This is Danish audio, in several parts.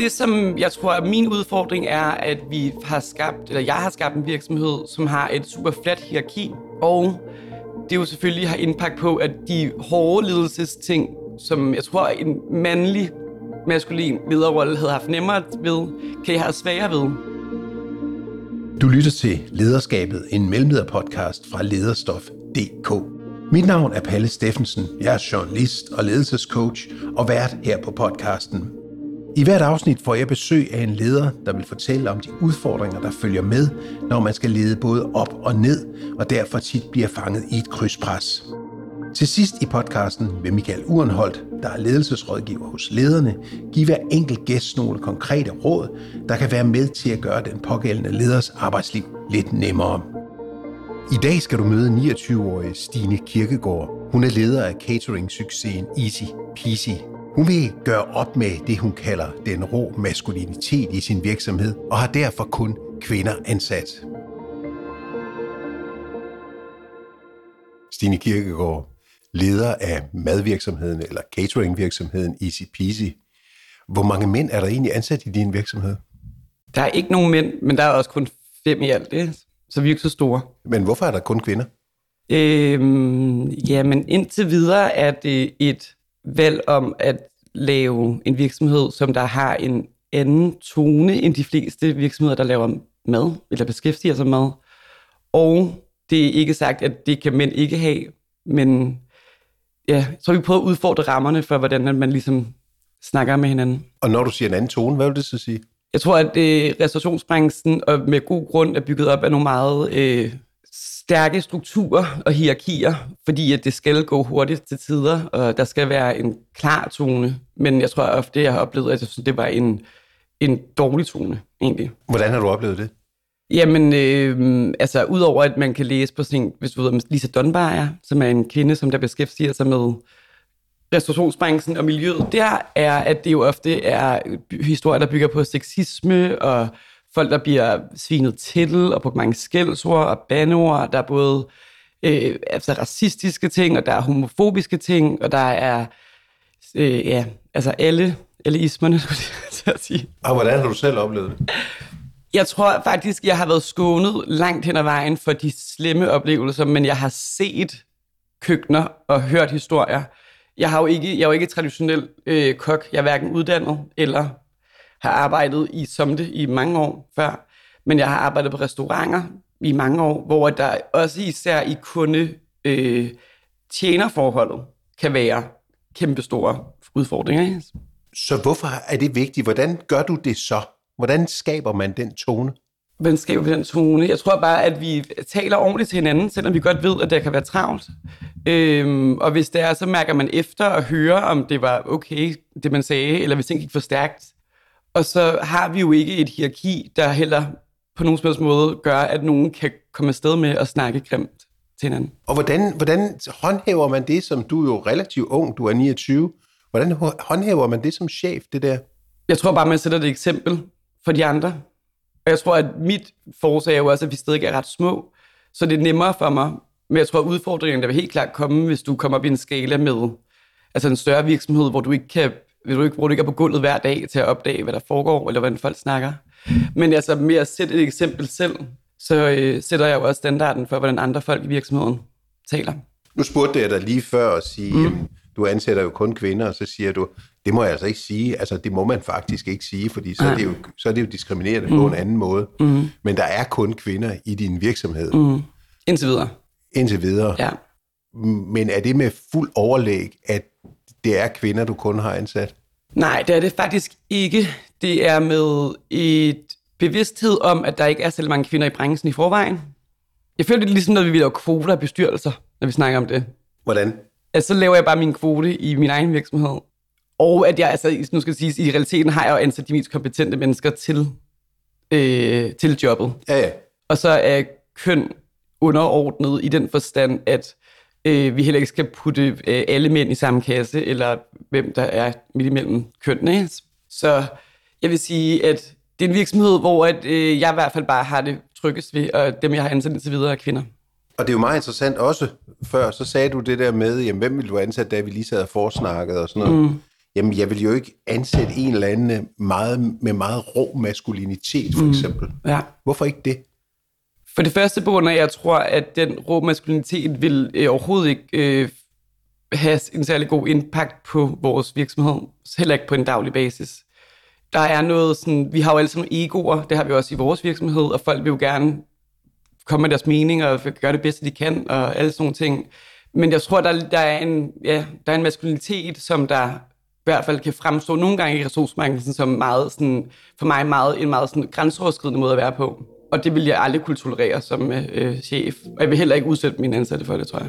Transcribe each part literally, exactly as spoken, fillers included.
det, som jeg tror, at min udfordring er, at vi har skabt, eller jeg har skabt en virksomhed, som har et super fladt hierarki, og det jo selvfølgelig har impact på, at de hårde ledelsesting, som jeg tror, en mandlig, maskulin lederrolle havde haft nemmere ved, kan jeg have sværere ved. Du lytter til Lederskabet, en mellemlederpodcast fra lederstof punktum d k. Mit navn er Palle Steffensen, jeg er journalist og ledelsescoach og vært her på podcasten. I hvert afsnit får jeg besøg af en leder, der vil fortælle om de udfordringer, der følger med, når man skal lede både op og ned, og derfor tit bliver fanget i et krydspres. Til sidst i podcasten vil Michael Urenholdt, der er ledelsesrådgiver hos lederne, give hver enkelt gæst nogle konkrete råd, der kan være med til at gøre den pågældende leders arbejdsliv lidt nemmere. I dag skal du møde niogtyve-årige Stine Kirkegaard. Hun er leder af catering-succesen Easy Peasy. Hun vil gøre op med det, hun kalder den rå maskulinitet i sin virksomhed, og har derfor kun kvinder ansat. Stine Kirkegaard, leder af madvirksomheden eller cateringvirksomheden Easy Peasy. Hvor mange mænd er der egentlig ansat i din virksomhed? Der er ikke nogen mænd, men der er også kun fem i alt, det. Så vi er ikke så store. Men hvorfor er der kun kvinder? Øhm, jamen indtil videre er det et valg om at lave en virksomhed, som der har en anden tone end de fleste virksomheder, der laver mad eller beskæftiger sig med mad. Og det er ikke sagt, at det kan mænd ikke have, men ja, så har vi prøvet at udfordre rammerne for, hvordan man ligesom snakker med hinanden. Og når du siger en anden tone, hvad vil det så sige? Jeg tror, at øh, restaurationsbranchen og med god grund er bygget op af nogle meget øh, stærke strukturer og hierarkier, fordi at det skal gå hurtigt til tider, og der skal være en klar tone. Men jeg tror ofte, jeg har oplevet, at jeg synes, det var en, en dårlig tone, egentlig. Hvordan har du oplevet det? Jamen, øh, altså udover at man kan læse på sin, hvis du ved, Lisa Dunbar er, som er en kvinde, som der beskæftiger sig med restaurationsbranchen og miljøet, der er, at det jo ofte er historier, der bygger på sexisme og folk, der bliver svinet til og på mange skældsord og bandeord. Der er både øh, altså racistiske ting, og der er homofobiske ting, og der er øh, ja, altså alle, alle ismerne, skulle jeg til at sige. Og hvordan har du selv oplevet det? Jeg tror faktisk, jeg har været skånet langt hen ad vejen for de slemme oplevelser, men jeg har set køkkener og hørt historier. Jeg har jo ikke, jeg er jo ikke traditionel øh, kok. Jeg er hverken uddannet eller har arbejdet i som det i mange år før. Men jeg har arbejdet på restauranter i mange år, hvor der også især i kunde øh, tjenerforholdet kan være kæmpestore udfordringer. Så hvorfor er det vigtigt? Hvordan gør du det så? Hvordan skaber man den tone? Hvordan skaber vi den tone? Jeg tror bare, at vi taler ordentligt til hinanden, selvom vi godt ved, at det kan være travlt. Øhm, og hvis det er, så mærker man efter og hører, om det var okay, det man sagde, eller hvis ting gik for stærkt. Og så har vi jo ikke et hierarki, der heller på nogen som måde gør, at nogen kan komme afsted med at snakke grimt til hinanden. Og hvordan, hvordan håndhæver man det, som du er jo relativt ung, du er niogtyve. Hvordan håndhæver man det som chef, det der? Jeg tror bare, man sætter det eksempel for de andre. Og jeg tror, at mit forslag er jo også, at vi stadig er ret små, så det er nemmere for mig. Men jeg tror, at udfordringen der vil helt klart komme, hvis du kommer op i en skala med altså en større virksomhed, hvor du ikke kan, hvor du ikke, hvor du ikke er på gulvet hver dag til at opdage, hvad der foregår, eller hvordan folk snakker. Men altså med at sætte et eksempel selv, så øh, sætter jeg jo også standarden for, hvordan andre folk i virksomheden taler. Nu spurgte jeg dig lige før at sige, mm. jamen, du ansætter jo kun kvinder, og så siger du, det må jeg altså ikke sige. Altså, det må man faktisk ikke sige, fordi så er det jo, så er det jo diskriminerende mm. på en anden måde. Mm. Men der er kun kvinder i din virksomhed. Mm. Indtil videre. Indtil videre. Ja. Men er det med fuld overlæg, at det er kvinder, du kun har ansat? Nej, det er det faktisk ikke. Det er med et bevidsthed om, at der ikke er så mange kvinder i branchen i forvejen. Jeg føler det ligesom, når vi laver kvoter af bestyrelser, når vi snakker om det. Hvordan? Altså, så laver jeg bare min kvote i min egen virksomhed. Og at jeg, altså, nu skal jeg sige, i realiteten har jeg jo ansat de mest kompetente mennesker til, øh, til jobbet. Ja, ja. Og så er køn underordnet i den forstand, at øh, vi heller ikke skal putte øh, alle mænd i samme kasse, eller hvem der er midt imellem kønnene. Så jeg vil sige, at det er en virksomhed, hvor at, øh, jeg i hvert fald bare har det tryggest ved, og dem, jeg har ansat indtil videre, er kvinder. Og det er jo meget interessant også, før så sagde du det der med, jamen, hvem ville du ansætte, da vi lige sad og forsnakkede og sådan noget. Mm. jamen jeg vil jo ikke ansætte en eller anden meget, med meget rå maskulinitet, for eksempel. Mm, ja. Hvorfor ikke det? For det første på grund af, jeg tror, at den rå maskulinitet vil øh, overhovedet ikke øh, have en særlig god impact på vores virksomhed, heller ikke på en daglig basis. Der er noget sådan, vi har jo alle sammen egoer, det har vi også i vores virksomhed, og folk vil jo gerne komme med deres meninger og gøre det bedste, de kan, og alle sådan nogle ting. Men jeg tror, der, der, er en, ja, der er en maskulinitet, som der i hvert fald kan fremstå nogle gange i ressourcemarkedet som meget sådan, for mig meget, en meget sådan grænseoverskridende måde at være på. Og det vil jeg aldrig kunne tolerere som øh, chef. Og jeg vil heller ikke udsætte mine ansatte for det, tror jeg.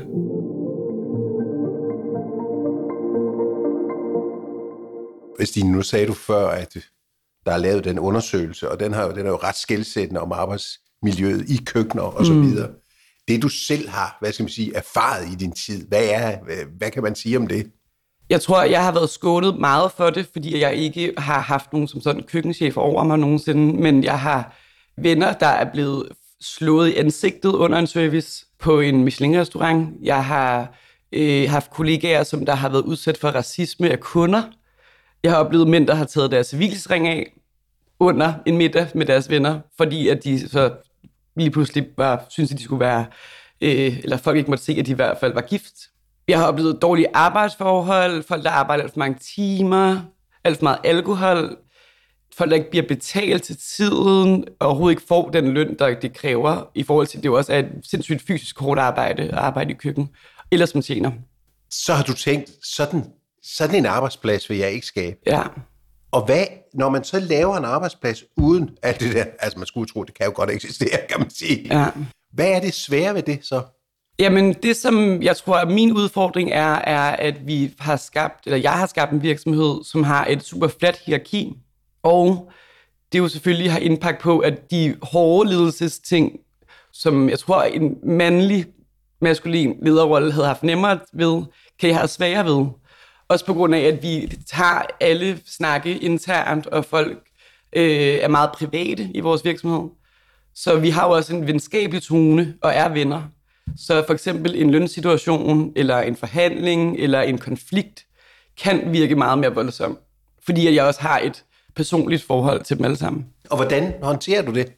Stine, nu sagde du før, at der er lavet den undersøgelse, og den, har, den er jo ret skelsættende om arbejdsmiljøet i køkkener og så videre. Mm. Det du selv har, hvad skal man sige, erfaret i din tid, hvad, er, hvad, hvad kan man sige om det? Jeg tror, jeg har været skånet meget for det, fordi jeg ikke har haft nogen som sådan køkkenchef over mig nogensinde, men jeg har venner, der er blevet slået i ansigtet under en service på en Michelin-restaurant. Jeg har øh, haft kollegaer, som der har været udsat for racisme af kunder. Jeg har oplevet mænd, der har taget deres civilsring af under en middag med deres venner, fordi at de så lige pludselig var, synes, at de skulle være, øh, eller folk ikke måtte se, at de i hvert fald var gift. Jeg har oplevet dårlige arbejdsforhold, folk, der arbejder alt for mange timer, alt for meget alkohol, folk, der ikke bliver betalt til tiden, og overhovedet ikke får den løn, der det kræver, i forhold til, at det jo også er et sindssygt fysisk hårdt arbejde, at arbejde i køkken, eller som tjener. Så har du tænkt, sådan, sådan en arbejdsplads vil jeg ikke skabe. Ja. Og hvad, når man så laver en arbejdsplads uden alt det der, altså man skulle tro, det kan jo godt eksistere, kan man sige. Ja. Hvad er det svære ved det så? Jamen det, som jeg tror, at min udfordring er, er, at vi har skabt, eller jeg har skabt en virksomhed, som har et super fladt hierarki, og det jo selvfølgelig har impact på, at de hårde ledelsesting, som jeg tror, en mandlig, maskulin lederrolle havde haft nemmere ved, kan jeg have sværere ved. Også på grund af, at vi tager alle snakke internt, og folk øh, er meget private i vores virksomhed. Så vi har jo også en venskabelig tone, og er venner. Så for eksempel en lønsituation, eller en forhandling, eller en konflikt, kan virke meget mere voldsom. Fordi at jeg også har et personligt forhold til dem alle sammen. Og hvordan håndterer du det?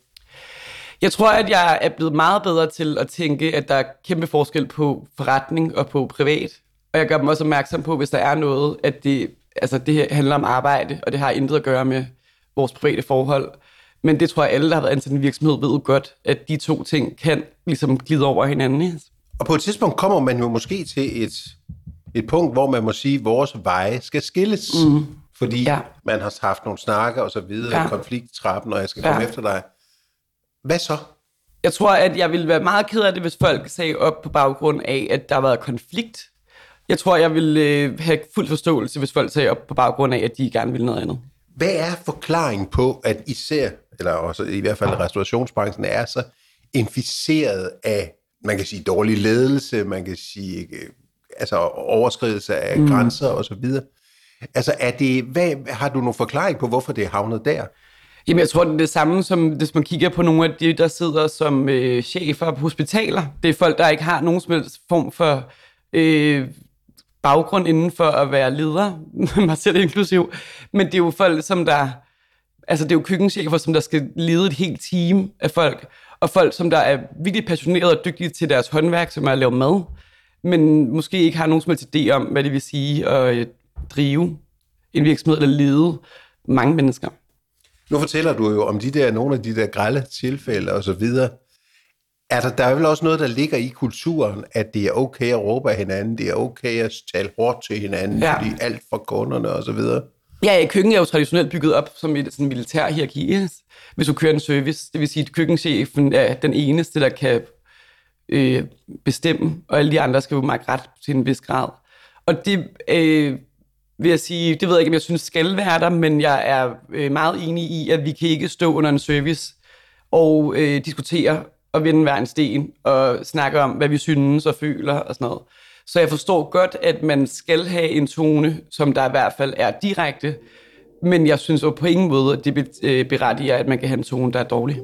Jeg tror, at jeg er blevet meget bedre til at tænke, at der er kæmpe forskel på forretning og på privat. Og jeg gør dem også opmærksom på, hvis der er noget, at det, altså det her handler om arbejde, og det har intet at gøre med vores private forhold. Men det tror jeg, alle, der har været ansat i en virksomhed, ved godt, at de to ting kan ligesom glide over hinanden. Og på et tidspunkt kommer man jo måske til et, et punkt, hvor man må sige, at vores veje skal skilles. Mm. Fordi ja. man har haft nogle snakker og så videre, ja. konflikttrappen, og jeg skal komme ja. efter dig. Hvad så? Jeg tror, at jeg ville være meget ked af det, hvis folk sagde op på baggrund af, at der har været konflikt. Jeg tror, jeg ville øh, have fuld forståelse, hvis folk sagde op på baggrund af, at de gerne ville noget andet. Hvad er forklaringen på, at især, eller også i hvert fald restaurationsbranchen, er så inficeret af, man kan sige, dårlig ledelse, man kan sige, øh, altså overskridelse af mm. grænser og så videre? Altså, er det, hvad, har du nogen forklaring på, hvorfor det er havnet der? Jamen, jeg tror, det er det samme, som hvis man kigger på nogle af de, der sidder som øh, chefer på hospitaler. Det er folk, der ikke har nogen som helst form for øh, baggrund inden for at være leder, mig selv inklusiv. Men det er jo folk, som der... Altså, det er jo køkkenchefer, som der skal lede et helt team af folk. Og folk, som der er virkelig passionerede og dygtige til deres håndværk, som er at lave mad, men måske ikke har nogen som helst idé om, hvad det vil sige at drive en virksomhed eller lede mange mennesker. Nu fortæller du jo om de der, nogle af de der grelle tilfælde og så videre. Er der, der er vel også noget, der ligger i kulturen, at det er okay at råbe af hinanden, det er okay at tale hårdt til hinanden, ja. fordi alt for kunderne og så videre. Ja, køkken er jo traditionelt bygget op som et sådan militær hierarki. Hvis du kører en service, det vil sige, at køkkenchefen er den eneste, der kan øh, bestemme, og alle de andre skal jo mærke ret til en vis grad. Og det øh, vil jeg sige, det ved jeg ikke, om jeg synes skal være der, men jeg er øh, meget enig i, at vi kan ikke stå under en service og øh, diskutere og vende hver en sten og snakke om, hvad vi synes og føler og sådan noget. Så jeg forstår godt, at man skal have en tone, som der i hvert fald er direkte, men jeg synes jo på ingen måde, at det berettiger, at man kan have en tone, der er dårlig.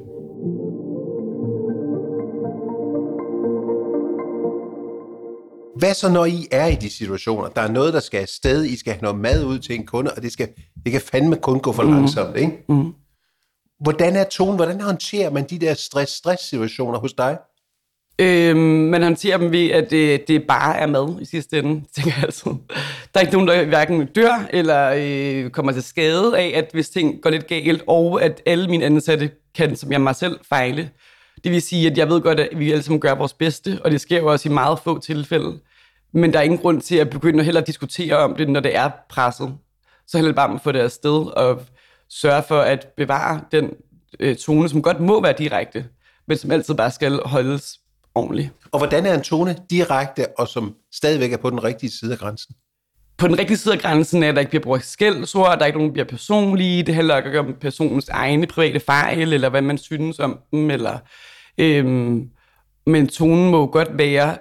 Hvad så, når I er i de situationer? Der er noget, der skal afsted, I skal have noget mad ud til en kunde, og det, skal, det kan fandme kun gå for mm. langsomt, ikke? Mm. Hvordan er tonen? Hvordan håndterer man de der stress-stress-situationer hos dig? Øhm, man håndterer dem ved, at det, det bare er mad i sidste ende, tænker jeg altid. Der er ikke nogen, der hverken dør eller øh, kommer til skade af, at hvis ting går lidt galt, og at alle mine ansatte kan, som jeg mig selv, fejle. Det vil sige, at jeg ved godt, at vi alle sammen gør vores bedste, og det sker jo også i meget få tilfælde. Men der er ingen grund til at begynde at hellere diskutere om det, når det er presset. Så heller bare at få det afsted og sørge for at bevare den øh, tone, som godt må være direkte, men som altid bare skal holdes ordentligt. Og hvordan er en tone direkte, og som stadigvæk er på den rigtige side af grænsen? På den rigtige side af grænsen er, at der ikke bliver brugt skældsord, der er ikke nogen, der bliver personlige, det handler ikke om personens egne private fejl, eller hvad man synes om dem, eller... Øhm, men tonen må godt være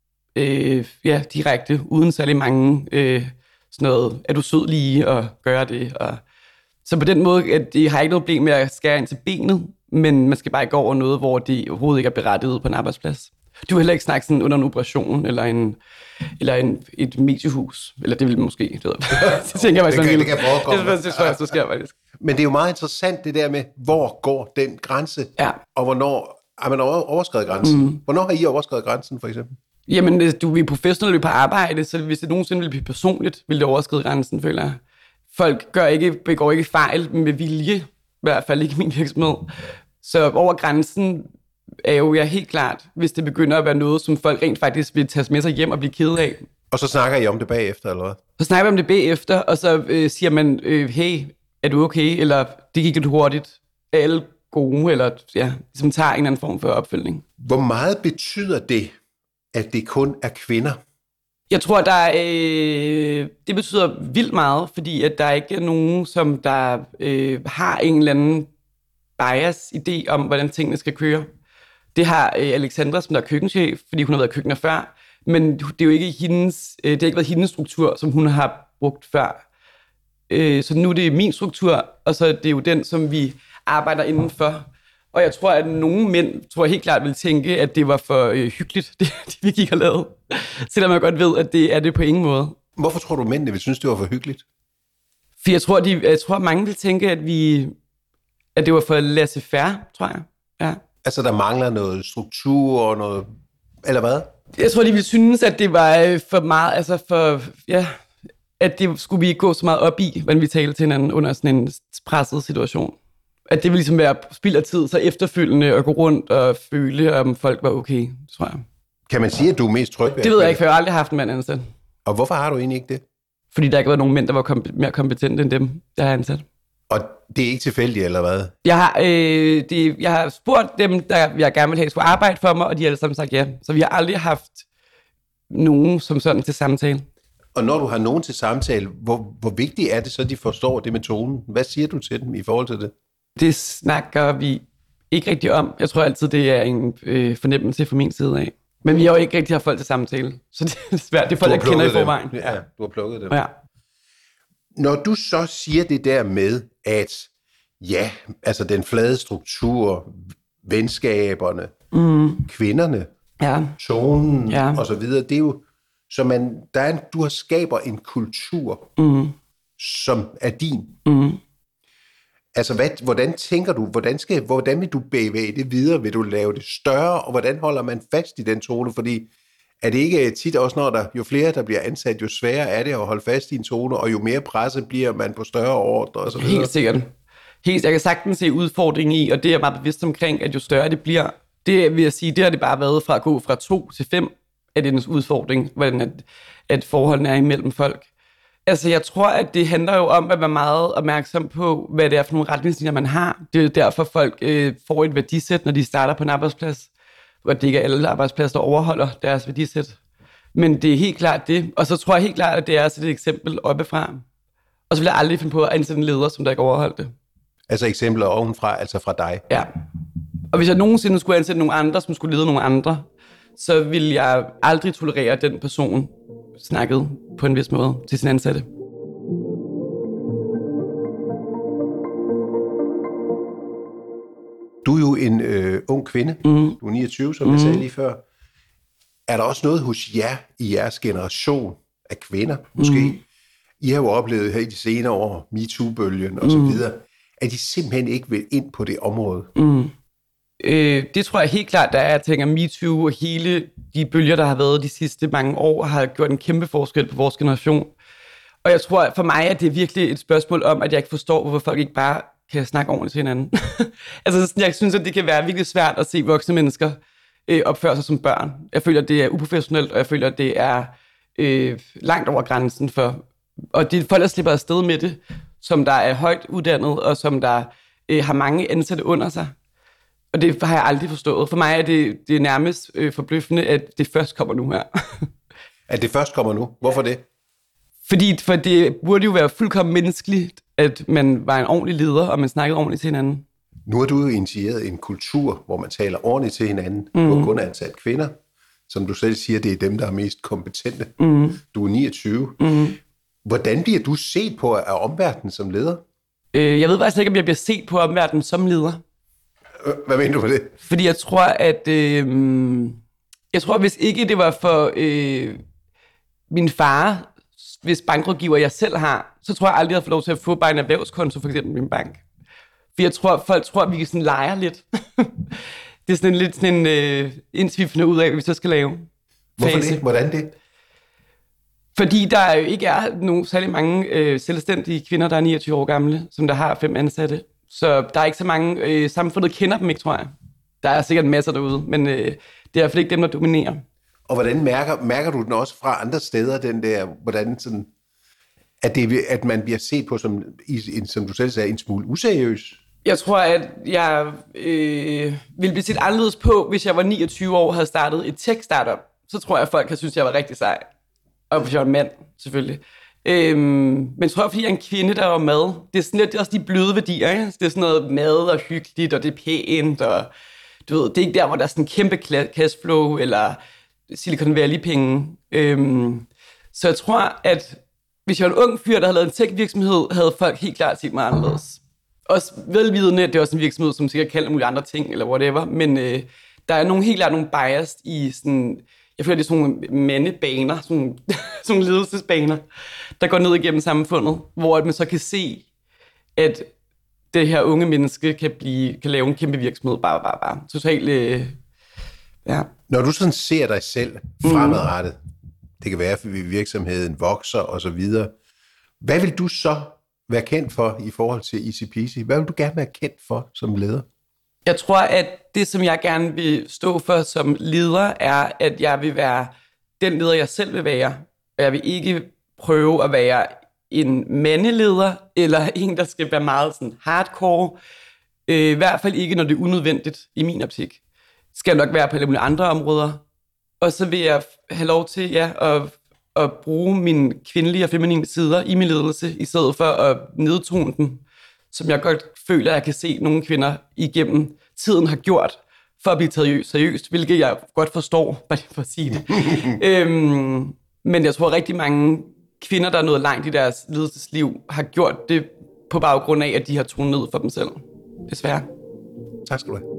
øh, ja, direkte, uden særlig mange øh, sådan noget, er du sød lige at gøre det. Og, så på den måde, at det har ikke noget problem med at skære ind til benet, men man skal bare ikke gå over noget, hvor det overhovedet ikke er berettiget på en arbejdsplads. Du vil heller ikke snakke sådan under en operation, eller, en, eller en, et mediehus, eller det vil måske, det ved jeg. Det tænker jeg faktisk, det kan, det kan forekomme. Det, det tror jeg, så sker faktisk. Men det er jo meget interessant, det der med, hvor går den grænse, ja. Og hvornår har man overskredet grænsen? Mm. Hvornår har I overskredet grænsen, for eksempel? Jamen, du er professionel på arbejde, så hvis det nogensinde vil blive personligt, vil det overskride grænsen, føler jeg. Folk gør ikke, begår ikke fejl med vilje, i hvert fald ikke i min virksomhed. Så over grænsen er jo ja, helt klart, hvis det begynder at være noget, som folk rent faktisk vil tage med sig hjem og blive ked af. Og så snakker I om det bagefter, eller hvad? Så snakker vi om det bagefter, og så øh, siger man, øh, hey, er du okay? Eller det gik lidt hurtigt. Er alle gode? Eller ja, ligesom tager en eller anden form for opfølgning. Hvor meget betyder det, at det kun er kvinder? Jeg tror, der er, øh, det betyder vildt meget, fordi at der ikke er nogen, som der øh, har en eller anden bias-idé om, hvordan tingene skal køre. Det har øh, Alexandra, som der er køkkenchef, fordi hun har været køkkener før, men det er jo ikke hendes, øh, det har ikke været hendes struktur, som hun har brugt før. Øh, så nu er det min struktur, og så er det jo den, som vi arbejder indenfor. Og jeg tror, at nogle mænd, tror jeg helt klart, vil tænke, at det var for øh, hyggeligt, det, det vi gik og lavede. Selvom jeg godt ved, at det er det på ingen måde. Hvorfor tror du, mændene vil synes, det var for hyggeligt? For jeg tror, de, jeg tror mange vil tænke, at, vi, at det var for laissez-faire, tror jeg. Ja. Altså, der mangler noget struktur og noget... Eller hvad? Jeg tror, de ville synes, at det var for meget... Altså for... Ja, at det skulle vi ikke gå så meget op i, hvordan vi talte til hinanden under sådan en presset situation. At det ville ligesom være spild af tid, så efterfølgende at gå rundt og føle, om folk var okay, tror jeg. Kan man sige, at du er mest tryg ved? Det ved jeg ikke, for jeg har aldrig haft en mand ansat. Og hvorfor har du egentlig ikke det? Fordi der ikke var nogen mænd, der var kom- mere kompetente end dem, der har ansat. Og det er ikke tilfældigt, eller hvad? Jeg har, øh, det, jeg har spurgt dem, der jeg gerne ville have, skulle arbejde for mig, og de har alle sammen sagt ja. Så vi har aldrig haft nogen som sådan til samtale. Og når du har nogen til samtale, hvor, hvor vigtigt er det så, de forstår det med tonen? Hvad siger du til dem i forhold til det? Det snakker vi ikke rigtig om. Jeg tror altid, det er en øh, fornemmelse fra min side af. Men vi har jo ikke rigtig haft folk til samtale. Så det er svært. Det er folk, jeg kender i forvejen. Ja, du har plukket dem. Ja. Når du så siger det der med, at ja, altså den flade struktur, venskaberne, mm. kvinderne, ja. tonen ja. og så videre, det er jo, så man, der er en, du har skaber en kultur, mm. som er din. Mm. Altså, hvad, hvordan tænker du, hvordan, skal, hvordan vil du bevæge det videre? Vil du lave det større, og hvordan holder man fast i den tone? Fordi er det ikke tit også, når der jo flere, der bliver ansat, jo sværere er det at holde fast i en tone, og jo mere presset bliver man på større ordre og så videre? Helt sikkert. Helt, jeg kan sagtens se udfordringen i, og det er jeg meget bevidst omkring, at jo større det bliver, det vil jeg sige, det har det bare været fra at gå fra to til fem, af den udfordring, hvordan at, at forholdene er imellem folk. Altså, jeg tror, at det handler jo om at være meget opmærksom på, hvad det er for nogle retningslinjer, man har. Det er derfor, folk øh, får et værdisæt, når de starter på en arbejdsplads, hvor det ikke er alle arbejdspladser, der overholder deres værdisæt. Men det er helt klart det. Og så tror jeg helt klart, at det er at et eksempel oppefra. Og så vil jeg aldrig finde på at ansætte en leder, som der ikke overholdt det. Altså eksempler ovenfra, altså fra dig? Ja. Og hvis jeg nogensinde skulle ansætte nogle andre, som skulle lede nogle andre, så ville jeg aldrig tolerere, at den person snakkede på en vis måde til sin ansatte. Du er jo en øh, ung kvinde. Mm. Du er niogtyve, som mm. jeg sagde lige før. Er der også noget hos jer i jeres generation af kvinder, måske? Mm. I har jo oplevet her i de senere år, MeToo-bølgen og så videre, at de simpelthen ikke vil ind på det område. Mm. Øh, det tror jeg helt klart, der er. Jeg tænker, MeToo og hele de bølger, der har været de sidste mange år, har gjort en kæmpe forskel på vores generation. Og jeg tror, for mig, at det er virkelig et spørgsmål om, at jeg ikke forstår, hvorfor folk ikke bare kan snakke ordentligt til hinanden. Altså, jeg synes, at det kan være virkelig svært at se voksne mennesker øh, opføre sig som børn. Jeg føler, at det er uprofessionelt, og jeg føler, at det er øh, langt over grænsen for... Og det er folk, der slipper afsted med det, som der er højt uddannet, og som der øh, har mange ansatte under sig. Og det har jeg aldrig forstået. For mig er det, det er nærmest øh, forbløffende, at det først kommer nu her. At det først kommer nu? Hvorfor det? Fordi for det burde jo være fuldkommen menneskeligt, at man var en ordentlig leder, og man snakkede ordentligt til hinanden. Nu har du jo initieret en kultur, hvor man taler ordentligt til hinanden, mm. hvor kun er ansat kvinder. Som du selv siger, det er dem, der er mest kompetente. Mm. Du er niogtyve. Mm. Hvordan bliver du set på af omverdenen som leder? Øh, jeg ved faktisk ikke, om jeg bliver set på omverdenen som leder. Hvad mener du med det? Fordi jeg tror, at... Øh, jeg tror, hvis ikke det var for øh, min far, hvis bankrådgiver jeg selv har, så tror jeg aldrig, jeg har fået lov til at få bare en erhvervskonto, for eksempel min bank. For jeg tror, folk tror, at vi kan sådan lege lidt. Det er sådan en, lidt sådan en, øh, indtil vi finder ud af, hvad vi så skal lave. Hvorfor det? Hvordan det? Fordi der jo ikke er nogen særlig mange øh, selvstændige kvinder, der er niogtyve år gamle, som der har fem ansatte. Så der er ikke så mange, øh, samfundet kender dem ikke, tror jeg. Der er sikkert masser derude, men øh, det er i hvert fald ikke dem, der dominerer. Og hvordan mærker, mærker du den også fra andre steder, den der, hvordan sådan, at, det, at man bliver set på, som, som du selv sagde, en smule useriøs? Jeg tror, at jeg øh, ville blive set anderledes på, hvis jeg var niogtyve år og havde startet et tech-startup. Så tror jeg, at folk havde syntes, at jeg var rigtig sej. Og hvis jeg var en mand, selvfølgelig. Øhm, men jeg tror, fordi jeg er en kvinde, der var mad. Det er, sådan, det er også de bløde værdier, ikke? Det er sådan noget mad og hyggeligt, og det er pænt, og du ved, det er ikke der, hvor der er sådan en kæmpe cashflow, eller Silicon Valley-penge. Øhm, så jeg tror, at hvis jeg var en ung fyr, der havde lavet en tech-virksomhed, havde folk helt klart set mig anderledes. Også velvidende, at det er også en virksomhed, som sikkert kan alle mulige andre ting, eller whatever, men øh, der er nogle, helt klart nogle bias i sådan... Jeg føler, det er sådan nogle mandebaner, sådan, sådan nogle ledelsesbaner, der går ned igennem samfundet, hvor man så kan se, at det her unge menneske kan, blive, kan lave en kæmpe virksomhed, bare, bare, bare. Totalt, øh, ja. Når du sådan ser dig selv fremadrettet, mm. det kan være, at virksomheden vokser og så videre, hvad vil du så være kendt for i forhold til Easy Peasy? Hvad vil du gerne være kendt for som leder? Jeg tror, at det, som jeg gerne vil stå for som leder, er, at jeg vil være den leder, jeg selv vil være. Og jeg vil ikke prøve at være en mandeleder, eller en, der skal være meget sådan hardcore. Øh, I hvert fald ikke, når det er unødvendigt i min optik. Det skal nok være på alle mulige andre områder. Og så vil jeg have lov til ja, at, at bruge mine kvindelige og feminine sider i min ledelse, i stedet for at nedtone dem, som jeg godt føler, at jeg kan se nogle kvinder igennem tiden har gjort, for at blive taget seriøst, hvilket jeg godt forstår, bare for at sige det. øhm, men jeg tror, at rigtig mange kvinder, der er nået langt i deres ledelsesliv, har gjort det på baggrund af, at de har tonet ned for dem selv. Desværre. Tak skal du have.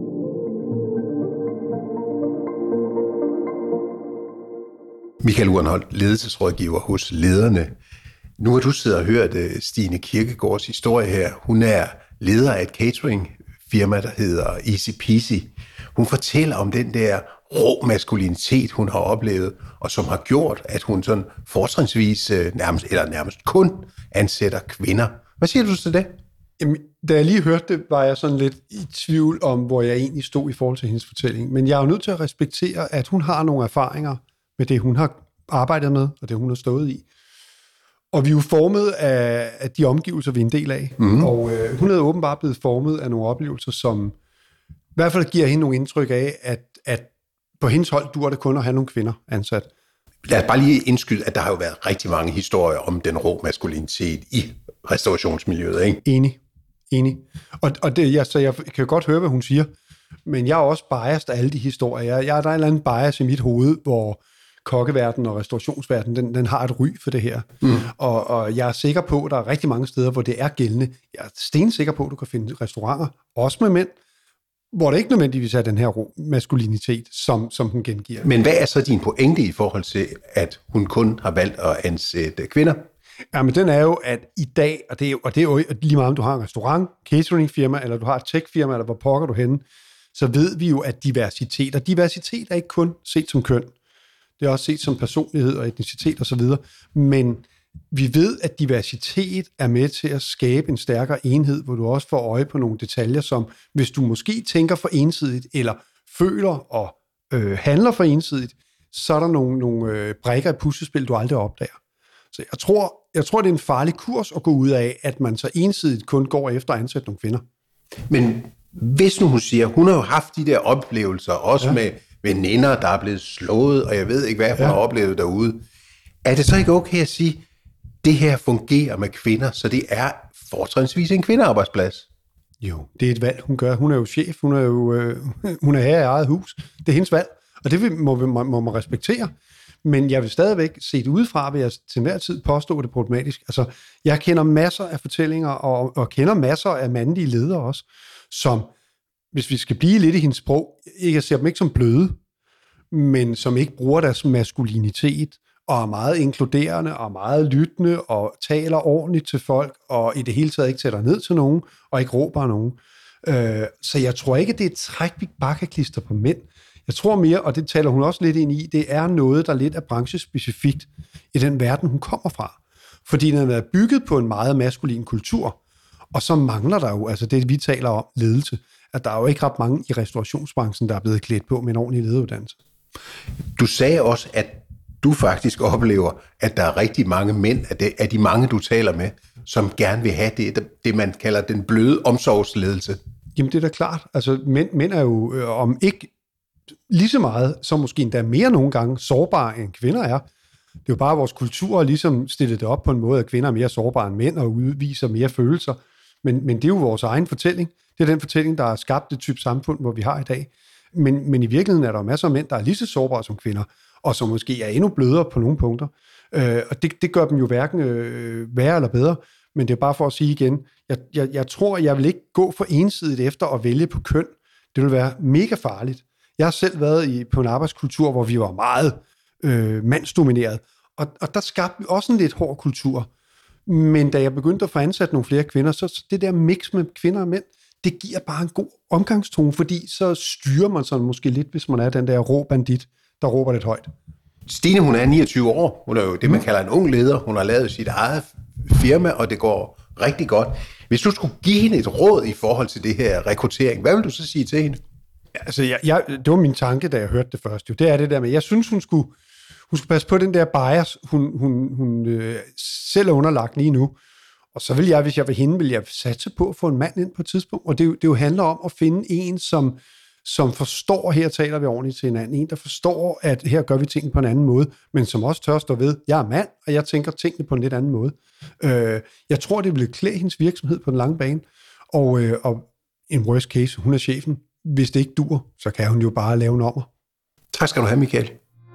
Michael Urenholt, ledelsesrådgiver hos Lederne. Nu har du siddet og hørt Stine Kirkegaards historie her. Hun er leder af et cateringfirma, der hedder Easy Peasy. Hun fortæller om den der rå maskulinitet, hun har oplevet, og som har gjort, at hun sådan fortrinsvis nærmest, eller nærmest kun ansætter kvinder. Hvad siger du til det? Jamen, da jeg lige hørte det, var jeg sådan lidt i tvivl om, hvor jeg egentlig stod i forhold til hendes fortælling. Men jeg er jo nødt til at respektere, at hun har nogle erfaringer med det, hun har arbejdet med, og det, hun har stået i. Og vi er jo formet af, af de omgivelser, vi er en del af. Mm. Og øh, hun er åbenbart blevet formet af nogle oplevelser, som i hvert fald giver hende nogle indtryk af, at, at på hendes hold duer det kun at have nogle kvinder ansat. Lad os bare lige indskyde, at der har jo været rigtig mange historier om den rå maskulinitet i restaurationsmiljøet, ikke? Enig. Enig. Og, og det, jeg, så jeg kan godt høre, hvad hun siger, men jeg er også biased af alle de historier. Jeg, jeg, der er en eller anden bias i mit hoved, hvor kokkeverdenen og restaurationsverdenen, den, den har et ry for det her. Mm. Og, og jeg er sikker på, at der er rigtig mange steder, hvor det er gældende. Jeg er stensikker på, at du kan finde restauranter, også med mænd, hvor det ikke nødvendigvis er den her ro maskulinitet, som, som hun gengiver. Men hvad er så din pointe i forhold til, at hun kun har valgt at ansætte kvinder? Ja, men den er jo, at i dag, og det er jo, og det er jo lige meget om du har en restaurant, cateringfirma, eller du har et techfirma, eller hvor pokker du henne, så ved vi jo, at diversitet, og diversitet er ikke kun set som køn, det er også set som personlighed og etnicitet osv., men vi ved, at diversitet er med til at skabe en stærkere enhed, hvor du også får øje på nogle detaljer, som hvis du måske tænker for ensidigt, eller føler og øh, handler for ensidigt, så er der nogle, nogle øh, brækker i puslespil, du aldrig opdager. Så jeg tror, jeg tror, det er en farlig kurs at gå ud af, at man så ensidigt kun går efter at ansætte nogle kvinder. Men hvis nu hun siger, hun har jo haft de der oplevelser, også ja. med veninder, der er blevet slået, og jeg ved ikke, hvad hun ja. har oplevet derude. Er det så ikke okay at sige, det her fungerer med kvinder, så det er fortrinsvis en kvindearbejdsplads? Jo, det er et valg, hun gør. Hun er jo chef, hun er jo øh, hun er her i eget hus. Det er hendes valg, og det må, må, må man respektere. Men jeg vil stadigvæk se det udefra, vil jeg til enhver tid påstå, det er problematisk. Altså, jeg kender masser af fortællinger, og, og kender masser af mandlige ledere også, som, hvis vi skal blive lidt i hendes sprog, jeg ser dem ikke som bløde, men som ikke bruger deres maskulinitet, og er meget inkluderende, og meget lyttende, og taler ordentligt til folk, og i det hele taget ikke sætter ned til nogen, og ikke råber nogen. Øh, så jeg tror ikke, det er et træk, vi bare kan klister på mænd. Jeg tror mere, og det taler hun også lidt ind i, det er noget, der lidt er branchespecifikt i den verden, hun kommer fra. Fordi den er bygget på en meget maskulin kultur, og så mangler der jo, altså det vi taler om, ledelse, at der er jo ikke ret mange i restaurationsbranchen, der er blevet klædt på med en ordentlig lederuddannelse. Du sagde også, at du faktisk oplever, at der er rigtig mange mænd, af de, af de mange, du taler med, som gerne vil have det, det man kalder den bløde omsorgsledelse. Jamen det er da klart. Altså mænd, mænd er jo, øh, om ikke lige så meget, så måske endda mere nogle gange, sårbare end kvinder er. Det er jo bare vores kultur ligesom stillet det op på en måde, at kvinder er mere sårbare end mænd og udviser mere følelser. Men, men det er jo vores egen fortælling. Det er den fortælling, der har skabt det type samfund, hvor vi har i dag. Men, men i virkeligheden er der masser af mænd, der er lige så sårbare som kvinder, og som måske er endnu blødere på nogle punkter. Øh, og det, det gør dem jo hverken øh, værre eller bedre, men det er bare for at sige igen, jeg, jeg, jeg tror, jeg vil ikke gå for ensidigt efter at vælge på køn. Det vil være mega farligt. Jeg har selv været i, på en arbejdskultur, hvor vi var meget øh, mandsdomineret, og, og der skabte vi også en lidt hård kultur. Men da jeg begyndte at få ansat nogle flere kvinder, så, så det der mix med kvinder og mænd, det giver bare en god omgangstone, fordi så styrer man sig måske lidt, hvis man er den der rå bandit, der råber lidt højt. Stine, hun er niogtyve år. Hun er jo det, man kalder en ung leder. Hun har lavet sit eget firma, og det går rigtig godt. Hvis du skulle give hende et råd i forhold til det her rekruttering, hvad vil du så sige til hende? Altså, jeg, jeg, det var min tanke, da jeg hørte det først. Jo. Det er det der med, jeg synes, hun skulle, hun skulle passe på den der bias, hun, hun, hun øh, selv er underlagt lige nu. Og så vil jeg, hvis jeg var hende, vil jeg satse på at få en mand ind på et tidspunkt. Og det, det jo handler om at finde en, som, som forstår, her taler vi ordentligt til hinanden. En, der forstår, at her gør vi tingene på en anden måde, men som også tør stå ved, jeg er mand, og jeg tænker tingene på en lidt anden måde. Øh, jeg tror, det ville klæde hendes virksomhed på den lange bane. Og, øh, og en worst case, hun er chefen. Hvis det ikke dur, så kan hun jo bare lave nummer. Tak skal du have, Michael.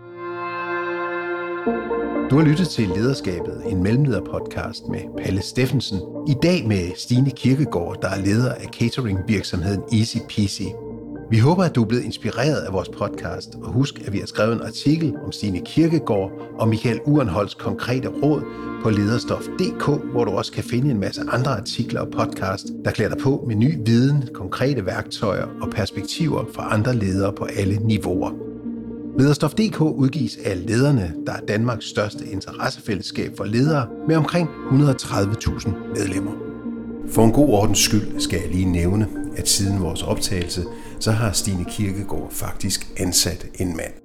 Du har lyttet til Lederskabet, en mellemlederpodcast med Palle Steffensen. I dag med Stine Kirkegaard, der er leder af cateringvirksomheden Easy Peasy. Vi håber, at du er blevet inspireret af vores podcast, og husk, at vi har skrevet en artikel om Stine Kirkegaard og Michael Urenholts konkrete råd på lederstof punktum d k, hvor du også kan finde en masse andre artikler og podcast, der klæder dig på med ny viden, konkrete værktøjer og perspektiver fra andre ledere på alle niveauer. Lederstof punktum d k udgives af Lederne, der er Danmarks største interessefællesskab for ledere med omkring et hundrede og tredive tusind medlemmer. For en god ordens skyld skal jeg lige nævne, at siden vores optagelse, så har Stine Kirkegaard faktisk ansat en mand.